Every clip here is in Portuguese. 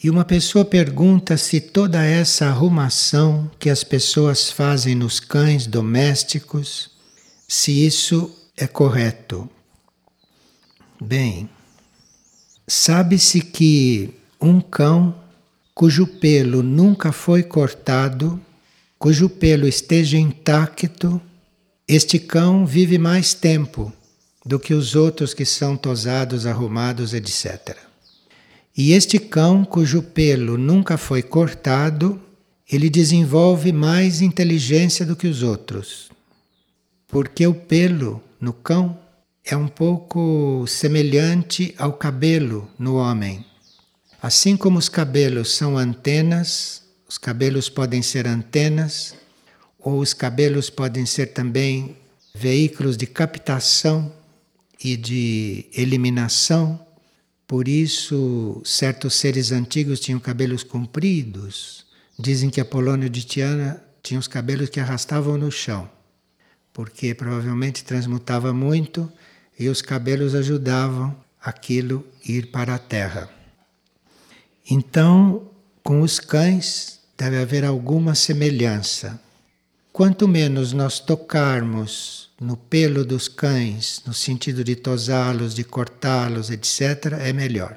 E uma pessoa pergunta se toda essa arrumação que as pessoas fazem nos cães domésticos, se isso é correto. Bem, sabe-se que um cão cujo pelo nunca foi cortado, cujo pelo esteja intacto, este cão vive mais tempo do que os outros que são tosados, arrumados, etc. E este cão cujo pelo nunca foi cortado, ele desenvolve mais inteligência do que os outros. Porque o pelo no cão é um pouco semelhante ao cabelo no homem. Assim como os cabelos são antenas, os cabelos podem ser antenas, ou os cabelos podem ser também veículos de captação e de eliminação. Por isso, certos seres antigos tinham cabelos compridos. Dizem que Apolônio de Tiana tinha os cabelos que arrastavam no chão, porque provavelmente transmutava muito e os cabelos ajudavam aquilo a ir para a terra. Então, com os cães deve haver alguma semelhança. Quanto menos nós tocarmos no pelo dos cães, no sentido de tosá-los, de cortá-los, etc., é melhor.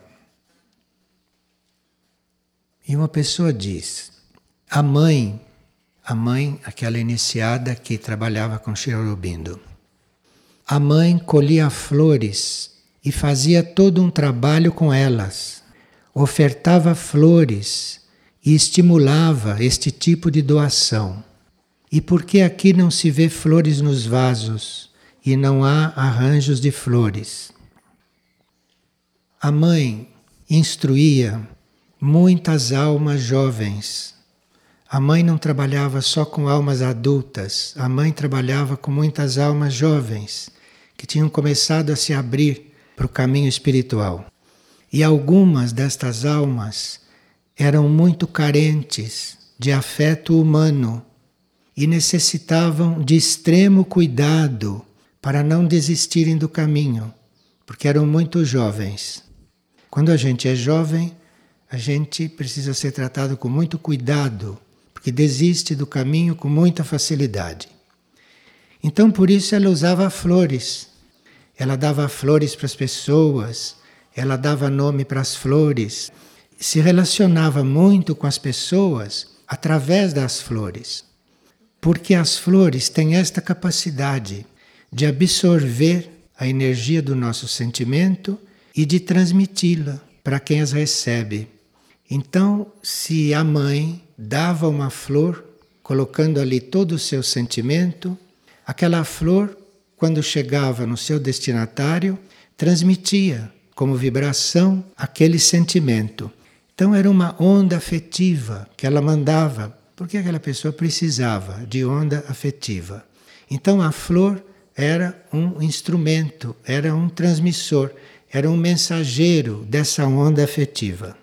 E uma pessoa diz, a mãe, aquela iniciada que trabalhava com Sri Aurobindo, a mãe colhia flores e fazia todo um trabalho com elas, ofertava flores e estimulava este tipo de doação. E por que aqui não se vê flores nos vasos e não há arranjos de flores? A mãe instruía muitas almas jovens. A mãe não trabalhava só com almas adultas, a mãe trabalhava com muitas almas jovens que tinham começado a se abrir para o caminho espiritual. E algumas destas almas eram muito carentes de afeto humano e necessitavam de extremo cuidado para não desistirem do caminho, porque eram muito jovens. Quando a gente é jovem, a gente precisa ser tratado com muito cuidado, porque desiste do caminho com muita facilidade. Então, por isso, ela usava flores. Ela dava flores para as pessoas, ela dava nome para as flores, se relacionava muito com as pessoas através das flores. Porque as flores têm esta capacidade de absorver a energia do nosso sentimento e de transmiti-la para quem as recebe. Então, se a mãe dava uma flor, colocando ali todo o seu sentimento, aquela flor, quando chegava no seu destinatário, transmitia como vibração aquele sentimento. Então era uma onda afetiva que ela mandava, porque aquela pessoa precisava de onda afetiva. Então a flor era um instrumento, era um transmissor, era um mensageiro dessa onda afetiva.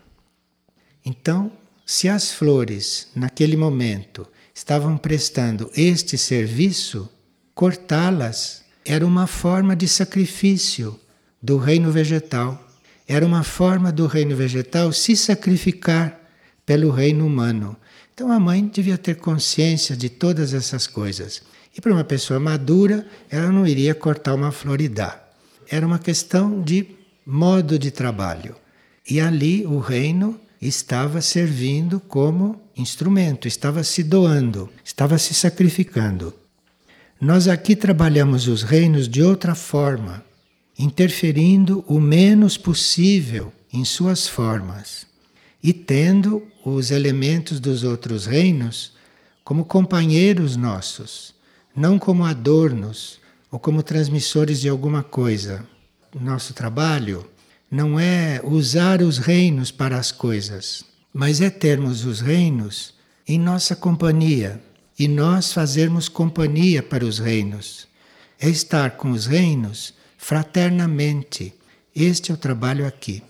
Então, se as flores, naquele momento, estavam prestando este serviço, cortá-las era uma forma de sacrifício do reino vegetal. Era uma forma do reino vegetal se sacrificar pelo reino humano. Então a mãe devia ter consciência de todas essas coisas. E para uma pessoa madura, ela não iria cortar uma flor e dar. Era uma questão de modo de trabalho. E ali o reino estava servindo como instrumento, estava se doando, estava se sacrificando. Nós aqui trabalhamos os reinos de outra forma, interferindo o menos possível em suas formas e tendo os elementos dos outros reinos como companheiros nossos, não como adornos ou como transmissores de alguma coisa. Nosso trabalho não é usar os reinos para as coisas, mas é termos os reinos em nossa companhia e nós fazermos companhia para os reinos. É estar com os reinos fraternamente. Este é o trabalho aqui.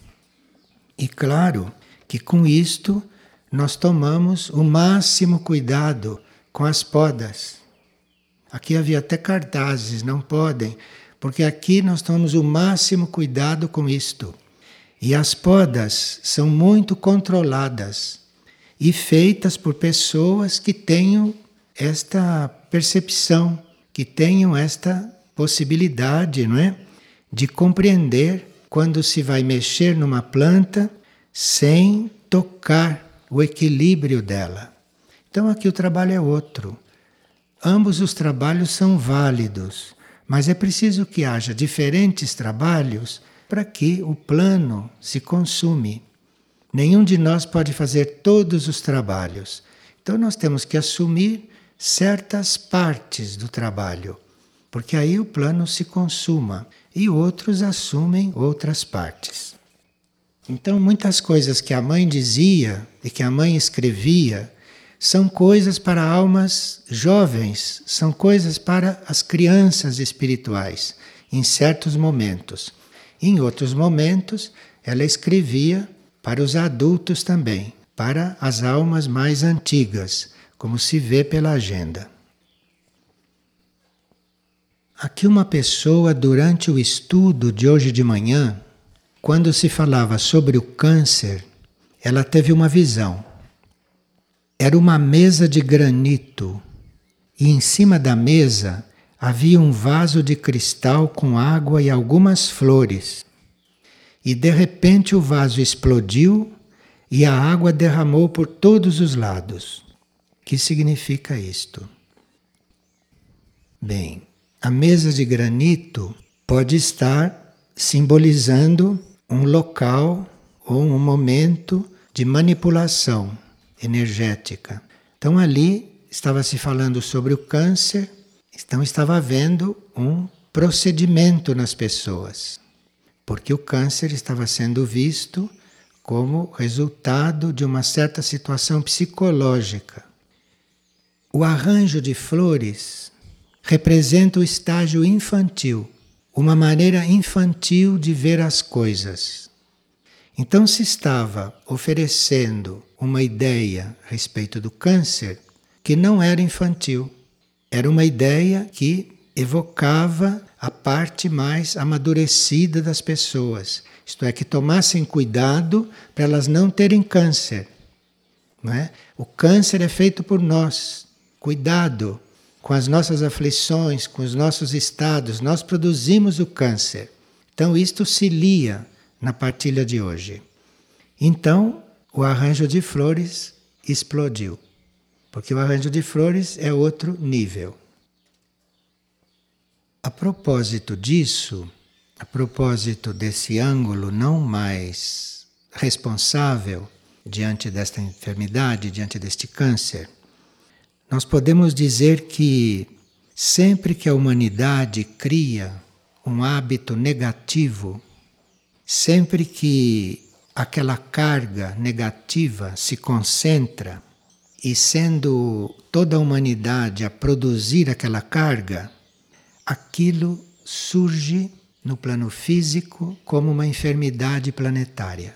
E claro que com isto nós tomamos o máximo cuidado com as podas. Aqui havia até cartazes, não podem, porque aqui nós tomamos o máximo cuidado com isto. E as podas são muito controladas e feitas por pessoas que tenham esta percepção, que tenham esta possibilidade, não é? De compreender quando se vai mexer numa planta sem tocar o equilíbrio dela. Então aqui o trabalho é outro. Ambos os trabalhos são válidos, mas é preciso que haja diferentes trabalhos para que o plano se consume. Nenhum de nós pode fazer todos os trabalhos. Então nós temos que assumir certas partes do trabalho, porque aí o plano se consuma e outros assumem outras partes. Então muitas coisas que a mãe dizia e que a mãe escrevia são coisas para almas jovens, são coisas para as crianças espirituais, em certos momentos. Em outros momentos, ela escrevia para os adultos também, para as almas mais antigas, como se vê pela agenda. Aqui uma pessoa, durante o estudo de hoje de manhã, quando se falava sobre o câncer, ela teve uma visão. Era uma mesa de granito e em cima da mesa havia um vaso de cristal com água e algumas flores. E de repente o vaso explodiu e a água derramou por todos os lados. O que significa isto? Bem, a mesa de granito pode estar simbolizando um local ou um momento de manipulação energética. Então ali estava se falando sobre o câncer, então estava havendo um procedimento nas pessoas, porque o câncer estava sendo visto como resultado de uma certa situação psicológica. O arranjo de flores representa o estágio infantil, uma maneira infantil de ver as coisas. Então se estava oferecendo uma ideia a respeito do câncer que não era infantil. Era uma ideia que evocava a parte mais amadurecida das pessoas. Isto é, que tomassem cuidado para elas não terem câncer. Não é? O câncer é feito por nós. Cuidado com as nossas aflições, com os nossos estados. Nós produzimos o câncer. Então isto se lia na partilha de hoje. Então o arranjo de flores explodiu. Porque o arranjo de flores é outro nível. A propósito disso, a propósito desse ângulo não mais responsável diante desta enfermidade, diante deste câncer, nós podemos dizer que sempre que a humanidade cria um hábito negativo, sempre que aquela carga negativa se concentra, e sendo toda a humanidade a produzir aquela carga, aquilo surge no plano físico como uma enfermidade planetária.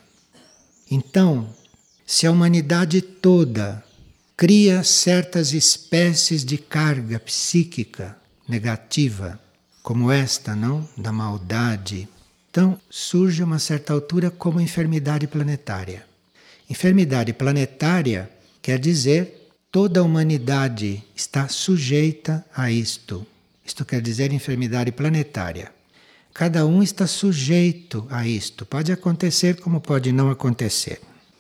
Então, se a humanidade toda cria certas espécies de carga psíquica negativa, como esta, não? Da maldade, então surge a uma certa altura como enfermidade planetária. Enfermidade planetária quer dizer toda a humanidade está sujeita a isto. Isto quer dizer enfermidade planetária. Cada um está sujeito a isto. Pode acontecer como pode não acontecer.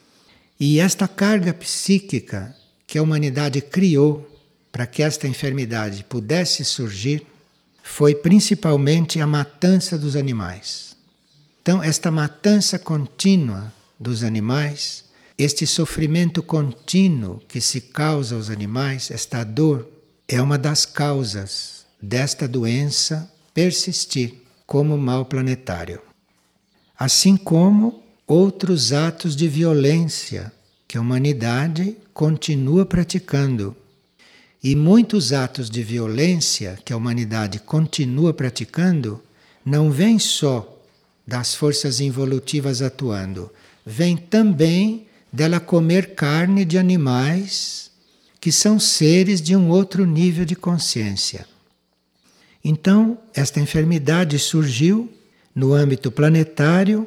E esta carga psíquica que a humanidade criou para que esta enfermidade pudesse surgir foi principalmente a matança dos animais. Então, esta matança contínua dos animais, este sofrimento contínuo que se causa aos animais, esta dor, é uma das causas desta doença persistir como mal planetário. Assim como outros atos de violência que a humanidade continua praticando. E muitos atos de violência que a humanidade continua praticando não vêm só das forças involutivas atuando, vêm também dela comer carne de animais que são seres de um outro nível de consciência. Então, esta enfermidade surgiu no âmbito planetário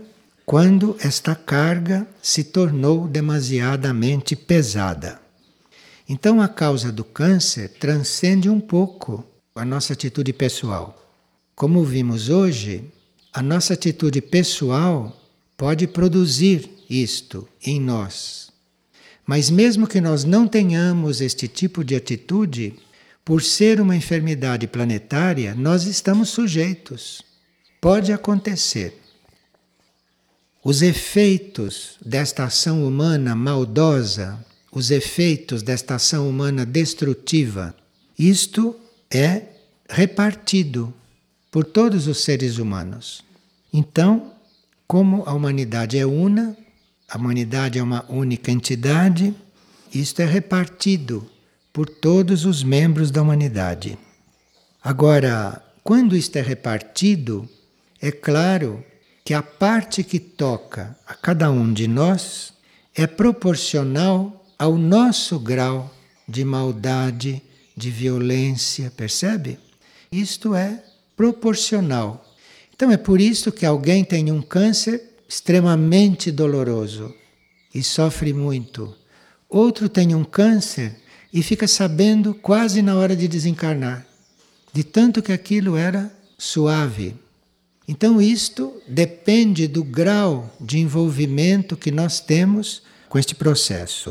quando esta carga se tornou demasiadamente pesada. Então a causa do câncer transcende um pouco a nossa atitude pessoal. Como vimos hoje, a nossa atitude pessoal pode produzir isto em nós. Mas mesmo que nós não tenhamos este tipo de atitude, por ser uma enfermidade planetária, nós estamos sujeitos. Pode acontecer. Os efeitos desta ação humana maldosa, os efeitos desta ação humana destrutiva, isto é repartido por todos os seres humanos. Então, como a humanidade é una, a humanidade é uma única entidade, isto é repartido por todos os membros da humanidade. Agora, quando isto é repartido, é claro que a parte que toca a cada um de nós é proporcional ao nosso grau de maldade, de violência, percebe? Isto é proporcional. Então é por isso que alguém tem um câncer extremamente doloroso e sofre muito. Outro tem um câncer e fica sabendo quase na hora de desencarnar, de tanto que aquilo era suave. Então isto depende do grau de envolvimento que nós temos com este processo.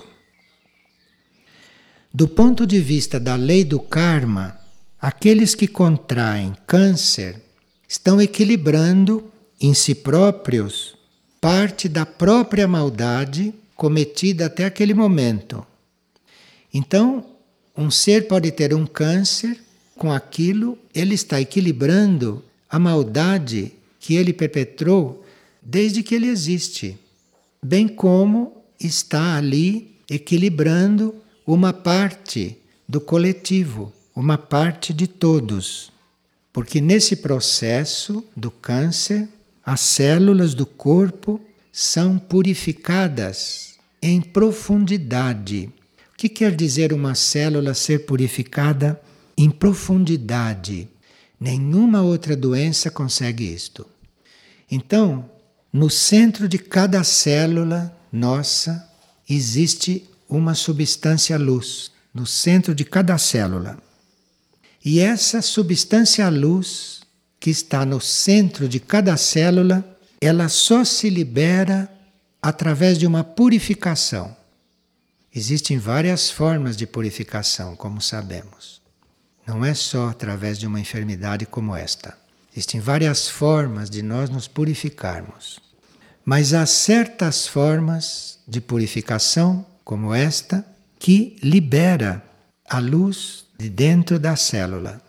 Do ponto de vista da lei do karma, aqueles que contraem câncer estão equilibrando em si próprios parte da própria maldade cometida até aquele momento. Então, um ser pode ter um câncer, com aquilo ele está equilibrando a maldade que ele perpetrou desde que ele existe, bem como está ali equilibrando uma parte do coletivo, uma parte de todos. Porque nesse processo do câncer, as células do corpo são purificadas em profundidade. O que quer dizer uma célula ser purificada em profundidade? Nenhuma outra doença consegue isto. Então, no centro de cada célula nossa existe uma substância luz, no centro de cada célula. E essa substância luz que está no centro de cada célula, ela só se libera através de uma purificação. Existem várias formas de purificação, como sabemos. Não é só através de uma enfermidade como esta. Existem várias formas de nós nos purificarmos. Mas há certas formas de purificação, como esta, que libera a luz de dentro da célula.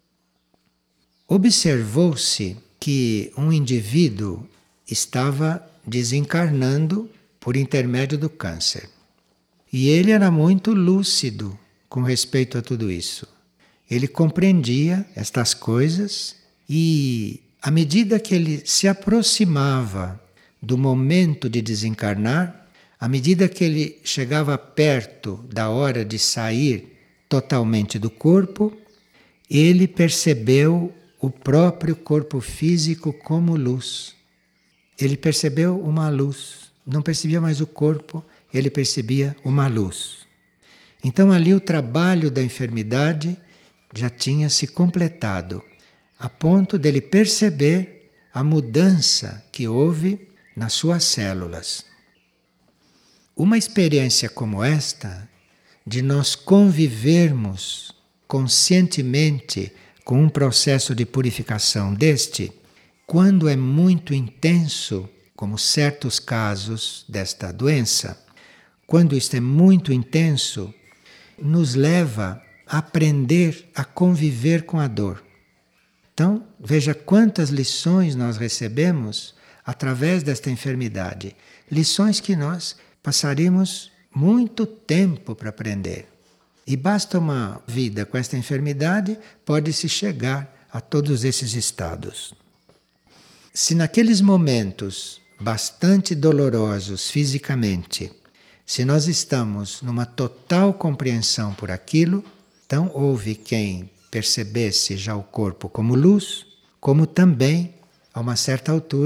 Observou-se que um indivíduo estava desencarnando por intermédio do câncer. E ele era muito lúcido com respeito a tudo isso. Ele compreendia estas coisas e, à medida que ele se aproximava do momento de desencarnar, à medida que ele chegava perto da hora de sair totalmente do corpo, ele percebeu o próprio corpo físico como luz. Ele percebeu uma luz, não percebia mais o corpo, ele percebia uma luz. Então ali o trabalho da enfermidade já tinha se completado, a ponto dele perceber a mudança que houve nas suas células. Uma experiência como esta, de nós convivermos conscientemente com um processo de purificação deste, quando é muito intenso, como certos casos desta doença, quando isto é muito intenso, nos leva a aprender a conviver com a dor. Então, veja quantas lições nós recebemos através desta enfermidade. Lições que nós passaríamos muito tempo para aprender. E basta uma vida com esta enfermidade, pode-se chegar a todos esses estados. Se naqueles momentos bastante dolorosos fisicamente, se nós estamos numa total compreensão por aquilo, então houve quem percebesse já o corpo como luz, como também, a uma certa altura,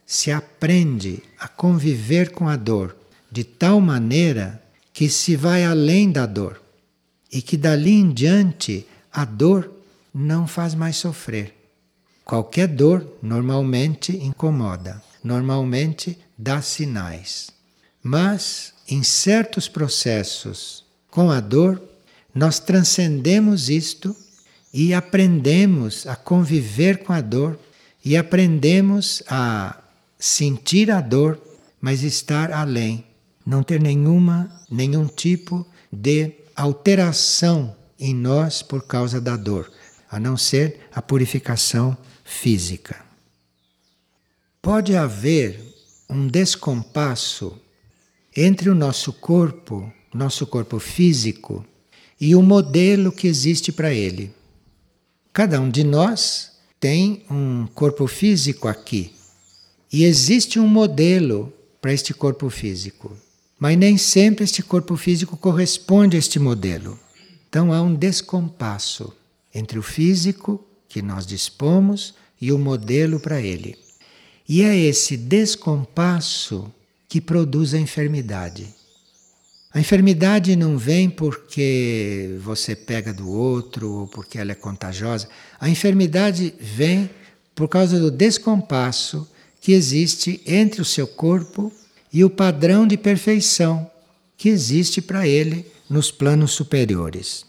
se aprende a conviver com a dor de tal maneira que se vai além da dor e que dali em diante a dor não faz mais sofrer. Qualquer dor normalmente incomoda, normalmente dá sinais. Mas em certos processos com a dor, nós transcendemos isto e aprendemos a conviver com a dor e aprendemos a sentir a dor, mas estar além, não ter nenhum tipo de alteração em nós por causa da dor, a não ser a purificação física. Pode haver um descompasso entre o nosso corpo físico, e o modelo que existe para ele. Cada um de nós tem um corpo físico aqui, e existe um modelo para este corpo físico, mas nem sempre este corpo físico corresponde a este modelo. Então há um descompasso entre o físico que nós dispomos e o modelo para ele. E é esse descompasso que produz a enfermidade. A enfermidade não vem porque você pega do outro ou porque ela é contagiosa. A enfermidade vem por causa do descompasso que existe entre o seu corpo e o padrão de perfeição que existe para ele nos planos superiores.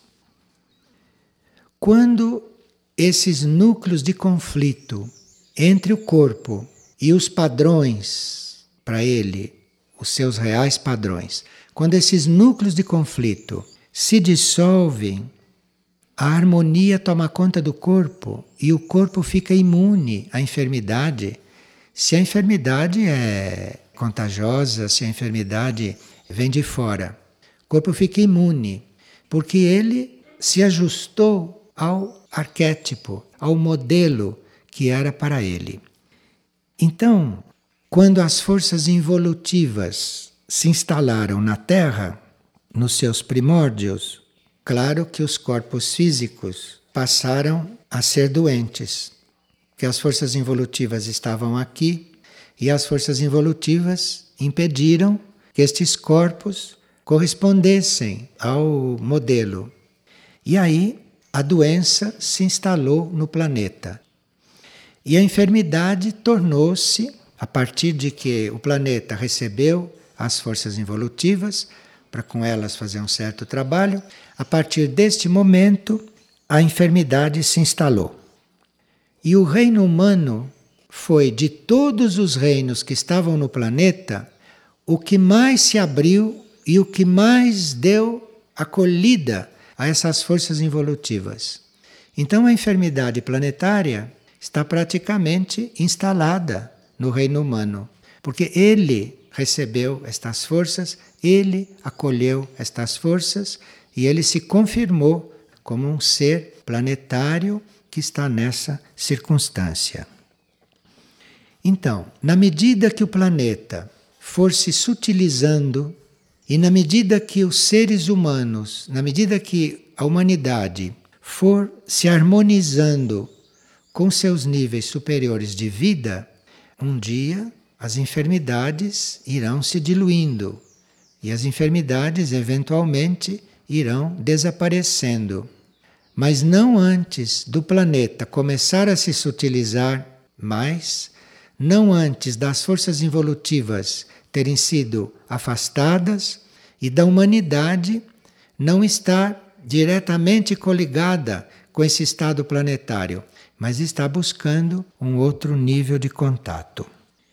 Quando esses núcleos de conflito entre o corpo e os padrões para ele, os seus reais padrões, quando esses núcleos de conflito se dissolvem, a harmonia toma conta do corpo e o corpo fica imune à enfermidade. Se a enfermidade é contagiosa, se a enfermidade vem de fora, o corpo fica imune, porque ele se ajustou ao arquétipo, ao modelo que era para ele. Então, quando as forças involutivas se instalaram na Terra, nos seus primórdios, claro que os corpos físicos passaram a ser doentes, que as forças involutivas estavam aqui e as forças involutivas impediram que estes corpos correspondessem ao modelo. E aí a doença se instalou no planeta. E a enfermidade tornou-se, a partir de que o planeta recebeu as forças involutivas, para com elas fazer um certo trabalho, a partir deste momento a enfermidade se instalou. E o reino humano foi, de todos os reinos que estavam no planeta, o que mais se abriu e o que mais deu acolhida a essas forças involutivas. Então a enfermidade planetária está praticamente instalada no reino humano, porque ele recebeu estas forças, ele acolheu estas forças e ele se confirmou como um ser planetário que está nessa circunstância. Então, na medida que o planeta for se sutilizando e na medida que os seres humanos, na medida que a humanidade for se harmonizando com seus níveis superiores de vida, um dia as enfermidades irão se diluindo e as enfermidades eventualmente irão desaparecendo. Mas não antes do planeta começar a se sutilizar mais, não antes das forças involutivas terem sido afastadas e da humanidade não estar diretamente coligada com esse estado planetário, mas está buscando um outro nível de contato.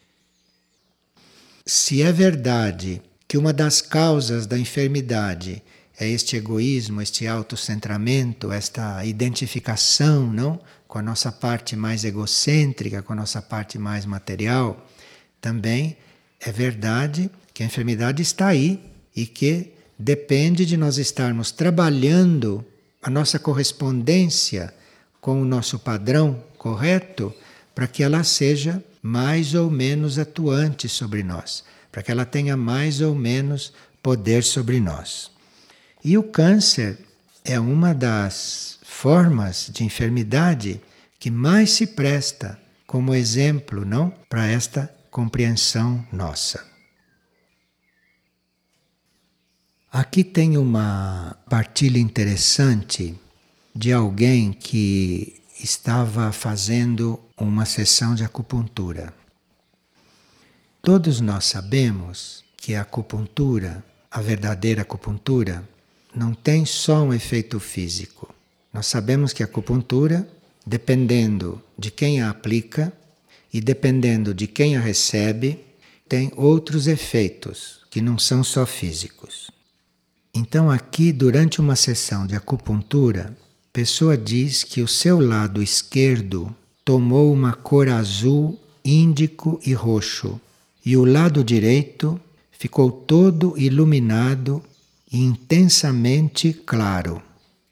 Se é verdade que uma das causas da enfermidade é este egoísmo, este autocentramento, esta identificação, não, com a nossa parte mais egocêntrica, com a nossa parte mais material, também é verdade que a enfermidade está aí e que depende de nós estarmos trabalhando a nossa correspondência com o nosso padrão correto para que ela seja mais ou menos atuante sobre nós, para que ela tenha mais ou menos poder sobre nós. E o câncer é uma das formas de enfermidade que mais se presta como exemplo, não, para esta compreensão nossa. Aqui tem uma partilha interessante de alguém que estava fazendo uma sessão de acupuntura. Todos nós sabemos que a acupuntura, a verdadeira acupuntura, não tem só um efeito físico. Nós sabemos que a acupuntura, dependendo de quem a aplica e dependendo de quem a recebe, tem outros efeitos que não são só físicos. Então aqui, durante uma sessão de acupuntura, a pessoa diz que o seu lado esquerdo tomou uma cor azul, índico e roxo, e o lado direito ficou todo iluminado e intensamente claro.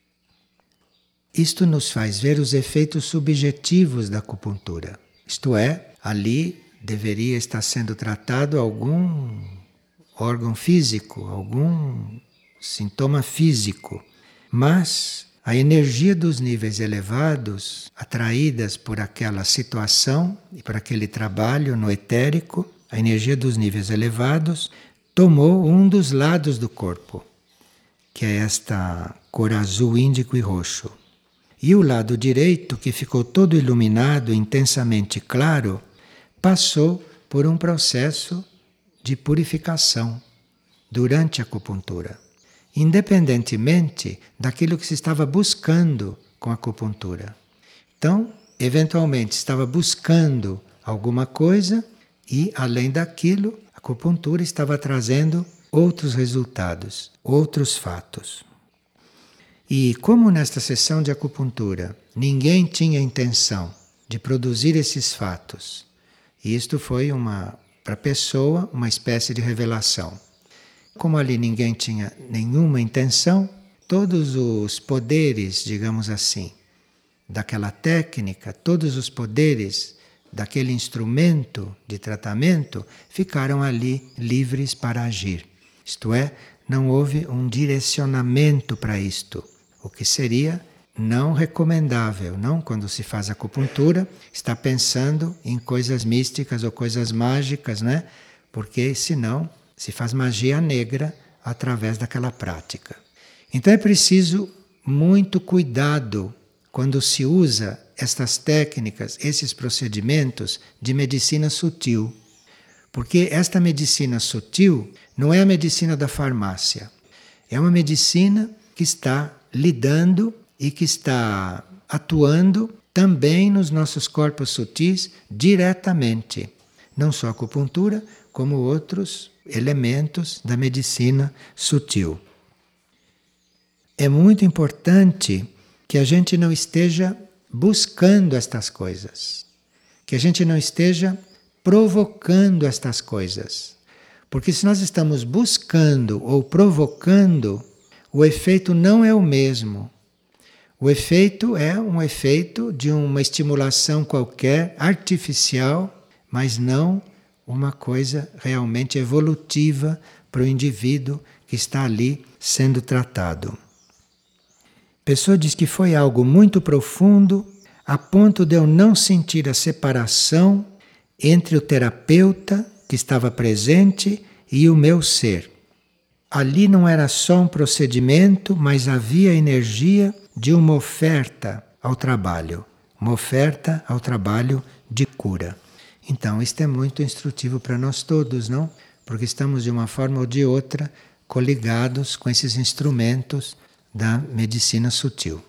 Isto nos faz ver os efeitos subjetivos da acupuntura. Isto é, ali deveria estar sendo tratado algum órgão físico, algum sintoma físico, mas a energia dos níveis elevados, atraídas por aquela situação e por aquele trabalho no etérico, a energia dos níveis elevados tomou um dos lados do corpo, que é esta cor azul, índico e roxo. E o lado direito, que ficou todo iluminado, intensamente claro, passou por um processo de purificação durante a acupuntura, independentemente daquilo que se estava buscando com a acupuntura. Então, eventualmente estava buscando alguma coisa e, além daquilo, a acupuntura estava trazendo outros resultados, outros fatos. E como nesta sessão de acupuntura ninguém tinha intenção de produzir esses fatos, isto foi para a pessoa uma espécie de revelação. Como ali ninguém tinha nenhuma intenção, todos os poderes, digamos assim, daquela técnica, todos os poderes daquele instrumento de tratamento ficaram ali livres para agir. Isto é, não houve um direcionamento para isto, o que seria não recomendável. Não, quando se faz acupuntura, está pensando em coisas místicas ou coisas mágicas, né? Porque senão se faz magia negra através daquela prática. Então é preciso muito cuidado quando se usa estas técnicas, esses procedimentos de medicina sutil. Porque esta medicina sutil não é a medicina da farmácia. É uma medicina que está lidando e que está atuando também nos nossos corpos sutis diretamente. Não só a acupuntura, como outros elementos da medicina sutil. É muito importante que a gente não esteja buscando estas coisas, que a gente não esteja provocando estas coisas. Porque se nós estamos buscando ou provocando, o efeito não é o mesmo. O efeito é um efeito de uma estimulação qualquer, artificial, mas não uma coisa realmente evolutiva para o indivíduo que está ali sendo tratado. A pessoa diz que foi algo muito profundo, a ponto de eu não sentir a separação entre o terapeuta que estava presente e o meu ser. Ali não era só um procedimento, mas havia a energia de uma oferta ao trabalho, uma oferta ao trabalho de cura. Então, isto é muito instrutivo para nós todos, não? Porque estamos de uma forma ou de outra coligados com esses instrumentos da medicina sutil.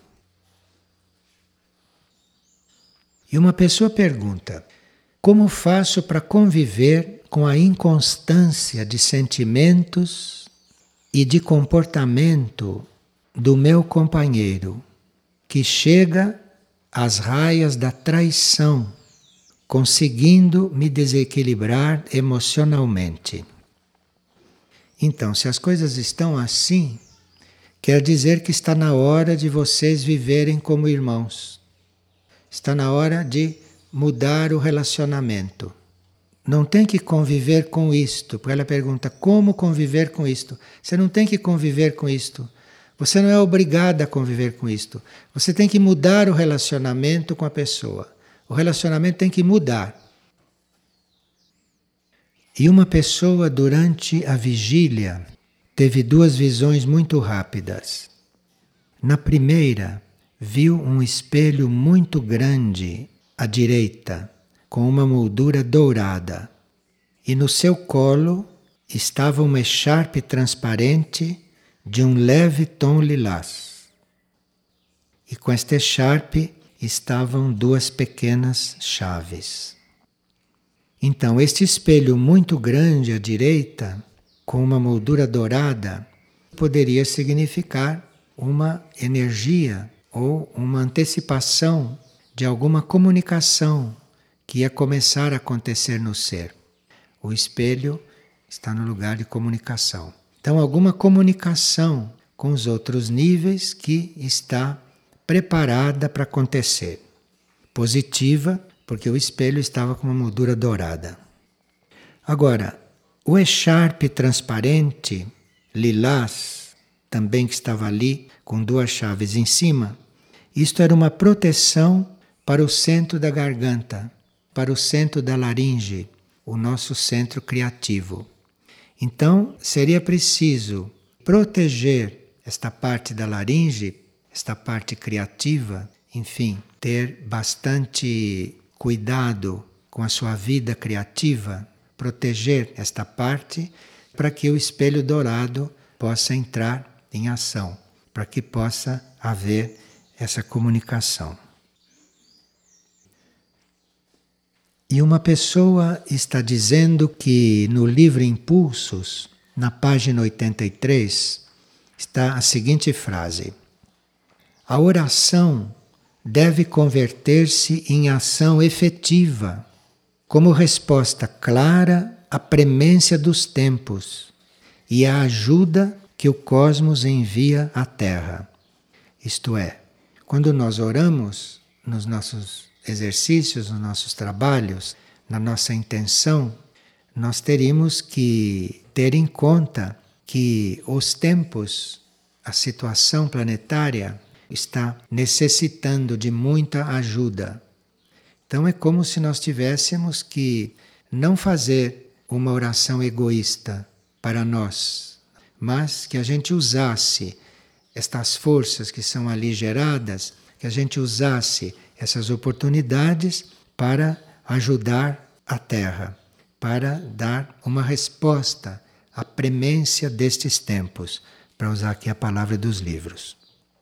E uma pessoa pergunta: como faço para conviver com a inconstância de sentimentos e de comportamento do meu companheiro, que chega às raias da traição, conseguindo me desequilibrar emocionalmente? Então, se as coisas estão assim, quer dizer que está na hora de vocês viverem como irmãos. Está na hora de mudar o relacionamento. Não tem que conviver com isto. Porque ela pergunta, como conviver com isto? Você não tem que conviver com isto. Você não é obrigada a conviver com isto. Você tem que mudar o relacionamento com a pessoa. O relacionamento tem que mudar. E uma pessoa, durante a vigília, teve duas visões muito rápidas. Na primeira, viu um espelho muito grande à direita, com uma moldura dourada. E no seu colo estava uma echarpe transparente de um leve tom lilás. E com esta echarpe estavam duas pequenas chaves. Então, este espelho muito grande à direita, com uma moldura dourada, poderia significar uma energia ou uma antecipação de alguma comunicação que ia começar a acontecer no ser. O espelho está no lugar de comunicação. Então, alguma comunicação com os outros níveis que está preparada para acontecer. Positiva, porque o espelho estava com uma moldura dourada. Agora, o echarpe transparente, lilás, também que estava ali, com duas chaves em cima, isto era uma proteção para o centro da garganta, para o centro da laringe, o nosso centro criativo. Então, seria preciso proteger esta parte da laringe, esta parte criativa, enfim, ter bastante cuidado com a sua vida criativa, proteger esta parte para que o espelho dourado possa entrar em ação, para que possa haver essa comunicação. E uma pessoa está dizendo que no livro Impulsos, na página 83, está a seguinte frase: a oração deve converter-se em ação efetiva, como resposta clara à premência dos tempos e à ajuda que o cosmos envia à Terra. Isto é, quando nós oramos nos nossos exercícios, nos nossos trabalhos, na nossa intenção, nós teríamos que ter em conta que os tempos, a situação planetária está necessitando de muita ajuda. Então é como se nós tivéssemos que não fazer uma oração egoísta para nós, mas que a gente usasse estas forças que são ali geradas, que a gente usasse essas oportunidades para ajudar a Terra, para dar uma resposta à premência destes tempos, para usar aqui a palavra dos livros.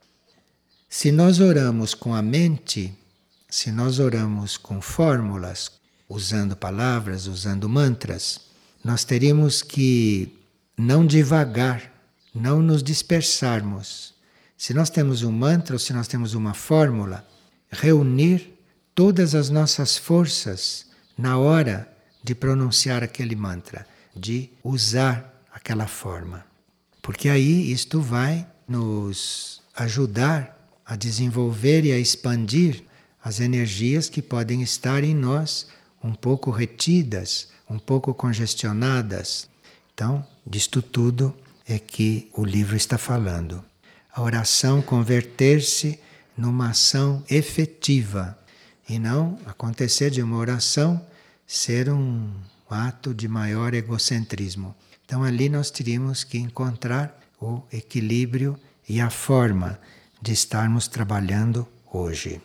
Se nós oramos com a mente, se nós oramos com fórmulas, usando palavras, usando mantras, nós teríamos que não divagar, não nos dispersarmos. Se nós temos um mantra ou se nós temos uma fórmula, reunir todas as nossas forças na hora de pronunciar aquele mantra, de usar aquela forma. Porque aí isto vai nos ajudar a desenvolver e a expandir as energias que podem estar em nós um pouco retidas, um pouco congestionadas. Então, disto tudo é que o livro está falando. A oração converter-se numa ação efetiva e não acontecer de uma oração ser um ato de maior egocentrismo. Então ali nós teríamos que encontrar o equilíbrio e a forma de estarmos trabalhando hoje.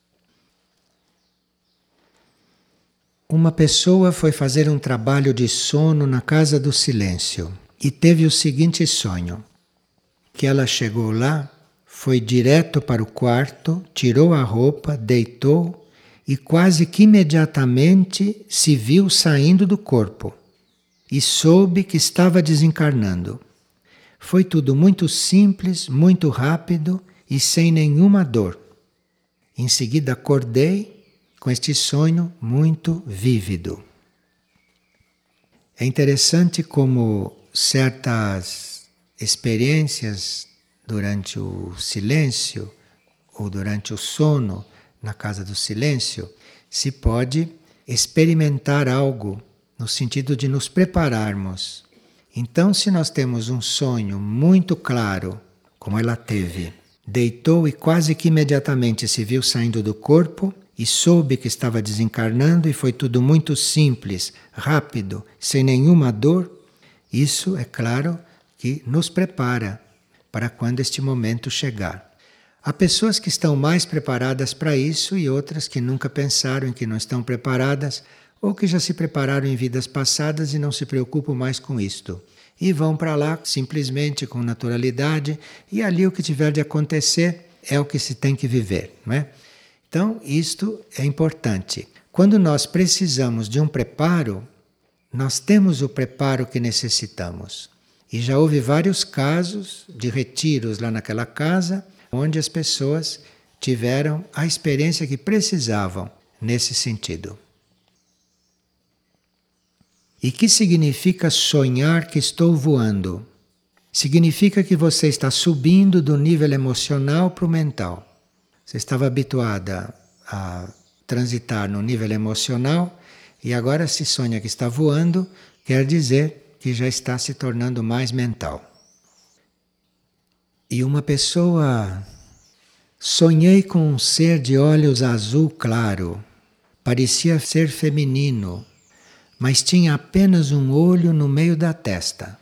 Uma pessoa foi fazer um trabalho de sono na Casa do Silêncio e teve o seguinte sonho, que ela chegou lá, foi direto para o quarto, tirou a roupa, deitou e quase que imediatamente se viu saindo do corpo e soube que estava desencarnando. Foi tudo muito simples, muito rápido e sem nenhuma dor. Em seguida acordei com este sonho muito vívido. É interessante como certas experiências durante o silêncio ou durante o sono na Casa do Silêncio se pode experimentar algo no sentido de nos prepararmos. Então, se nós temos um sonho muito claro, como ela teve, deitou e quase que imediatamente se viu saindo do corpo e soube que estava desencarnando e foi tudo muito simples, rápido, sem nenhuma dor, isso, é claro, que nos prepara para quando este momento chegar. Há pessoas que estão mais preparadas para isso e outras que nunca pensaram em que não estão preparadas ou que já se prepararam em vidas passadas e não se preocupam mais com isto. E vão para lá simplesmente com naturalidade e ali o que tiver de acontecer é o que se tem que viver, não é? Então, isto é importante. Quando nós precisamos de um preparo, nós temos o preparo que necessitamos. E já houve vários casos de retiros lá naquela casa, onde as pessoas tiveram a experiência que precisavam nesse sentido. E que significa sonhar que estou voando? Significa que você está subindo do nível emocional para o mental. Você estava habituada a transitar no nível emocional e agora se sonha que está voando, quer dizer que já está se tornando mais mental. E uma pessoa... Sonhei com um ser de olhos azul claro. Parecia ser feminino, mas tinha apenas um olho no meio da testa.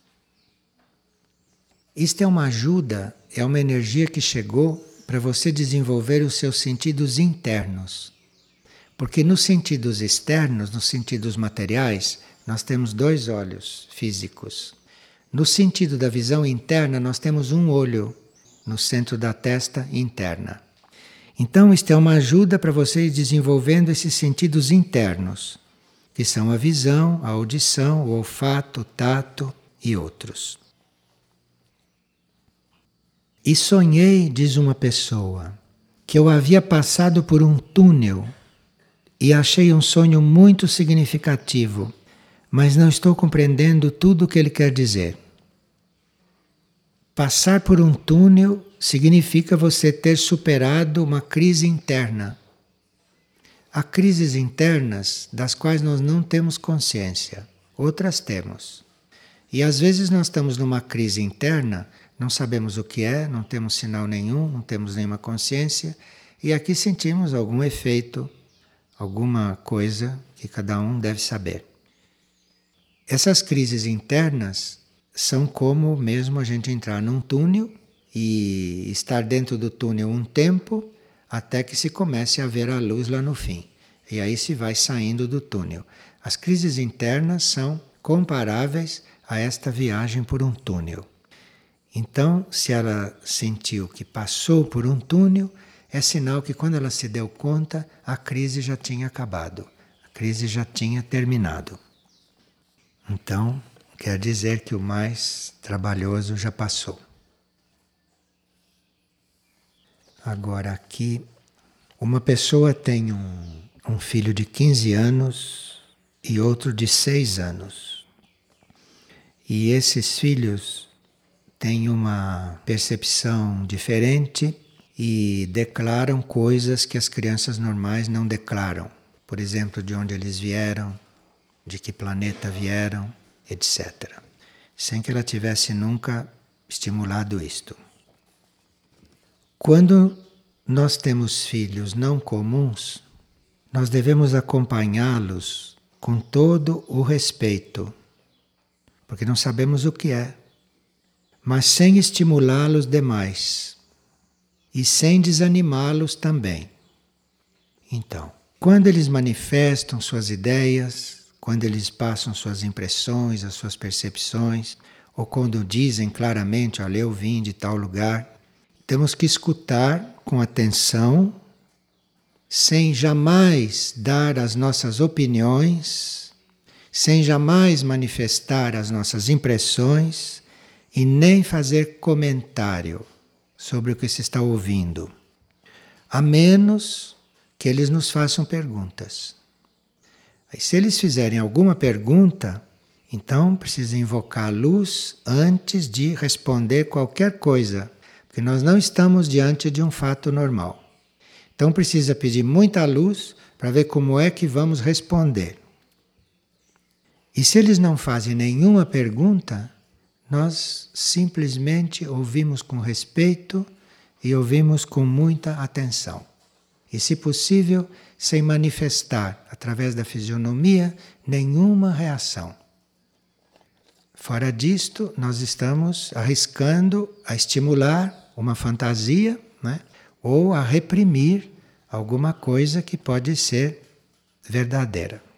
Isto é uma ajuda, é uma energia que chegou para você desenvolver os seus sentidos internos. Porque nos sentidos externos, nos sentidos materiais, nós temos 2 olhos físicos. No sentido da visão interna, nós temos um olho no centro da testa interna. Então, isto é uma ajuda para você ir desenvolvendo esses sentidos internos, que são a visão, a audição, o olfato, o tato e outros. E sonhei, diz uma pessoa, que eu havia passado por um túnel e achei um sonho muito significativo, mas não estou compreendendo tudo o que ele quer dizer. Passar por um túnel significa você ter superado uma crise interna. Há crises internas das quais nós não temos consciência, outras temos. E às vezes nós estamos numa crise interna, não sabemos o que é, não temos sinal nenhum, não temos nenhuma consciência, e aqui sentimos algum efeito, alguma coisa que cada um deve saber. Essas crises internas são como mesmo a gente entrar num túnel e estar dentro do túnel um tempo até que se comece a ver a luz lá no fim. E aí se vai saindo do túnel. As crises internas são comparáveis a esta viagem por um túnel. Então, se ela sentiu que passou por um túnel, é sinal que quando ela se deu conta, a crise já tinha acabado. A crise já tinha terminado. Então, quer dizer que o mais trabalhoso já passou. Agora aqui, uma pessoa tem um filho de 15 anos e outro de 6 anos. E esses filhos têm uma percepção diferente e declaram coisas que as crianças normais não declaram. Por exemplo, de onde eles vieram, de que planeta vieram, etc. Sem que ela tivesse nunca estimulado isto. Quando nós temos filhos não comuns, nós devemos acompanhá-los com todo o respeito, porque não sabemos o que é, mas sem estimulá-los demais e sem desanimá-los também. Então, quando eles manifestam suas ideias, quando eles passam suas impressões, as suas percepções, ou quando dizem claramente, olha, eu vim de tal lugar, temos que escutar com atenção, sem jamais dar as nossas opiniões, sem jamais manifestar as nossas impressões e nem fazer comentário sobre o que se está ouvindo, a menos que eles nos façam perguntas. Aí, se eles fizerem alguma pergunta, então precisa invocar a luz antes de responder qualquer coisa, porque nós não estamos diante de um fato normal. Então precisa pedir muita luz para ver como é que vamos responder. E se eles não fazem nenhuma pergunta, nós simplesmente ouvimos com respeito e ouvimos com muita atenção. e, se possível, sem manifestar, através da fisionomia, nenhuma reação. Fora disto, nós estamos arriscando a estimular uma fantasia, né? Ou a reprimir alguma coisa que pode ser verdadeira.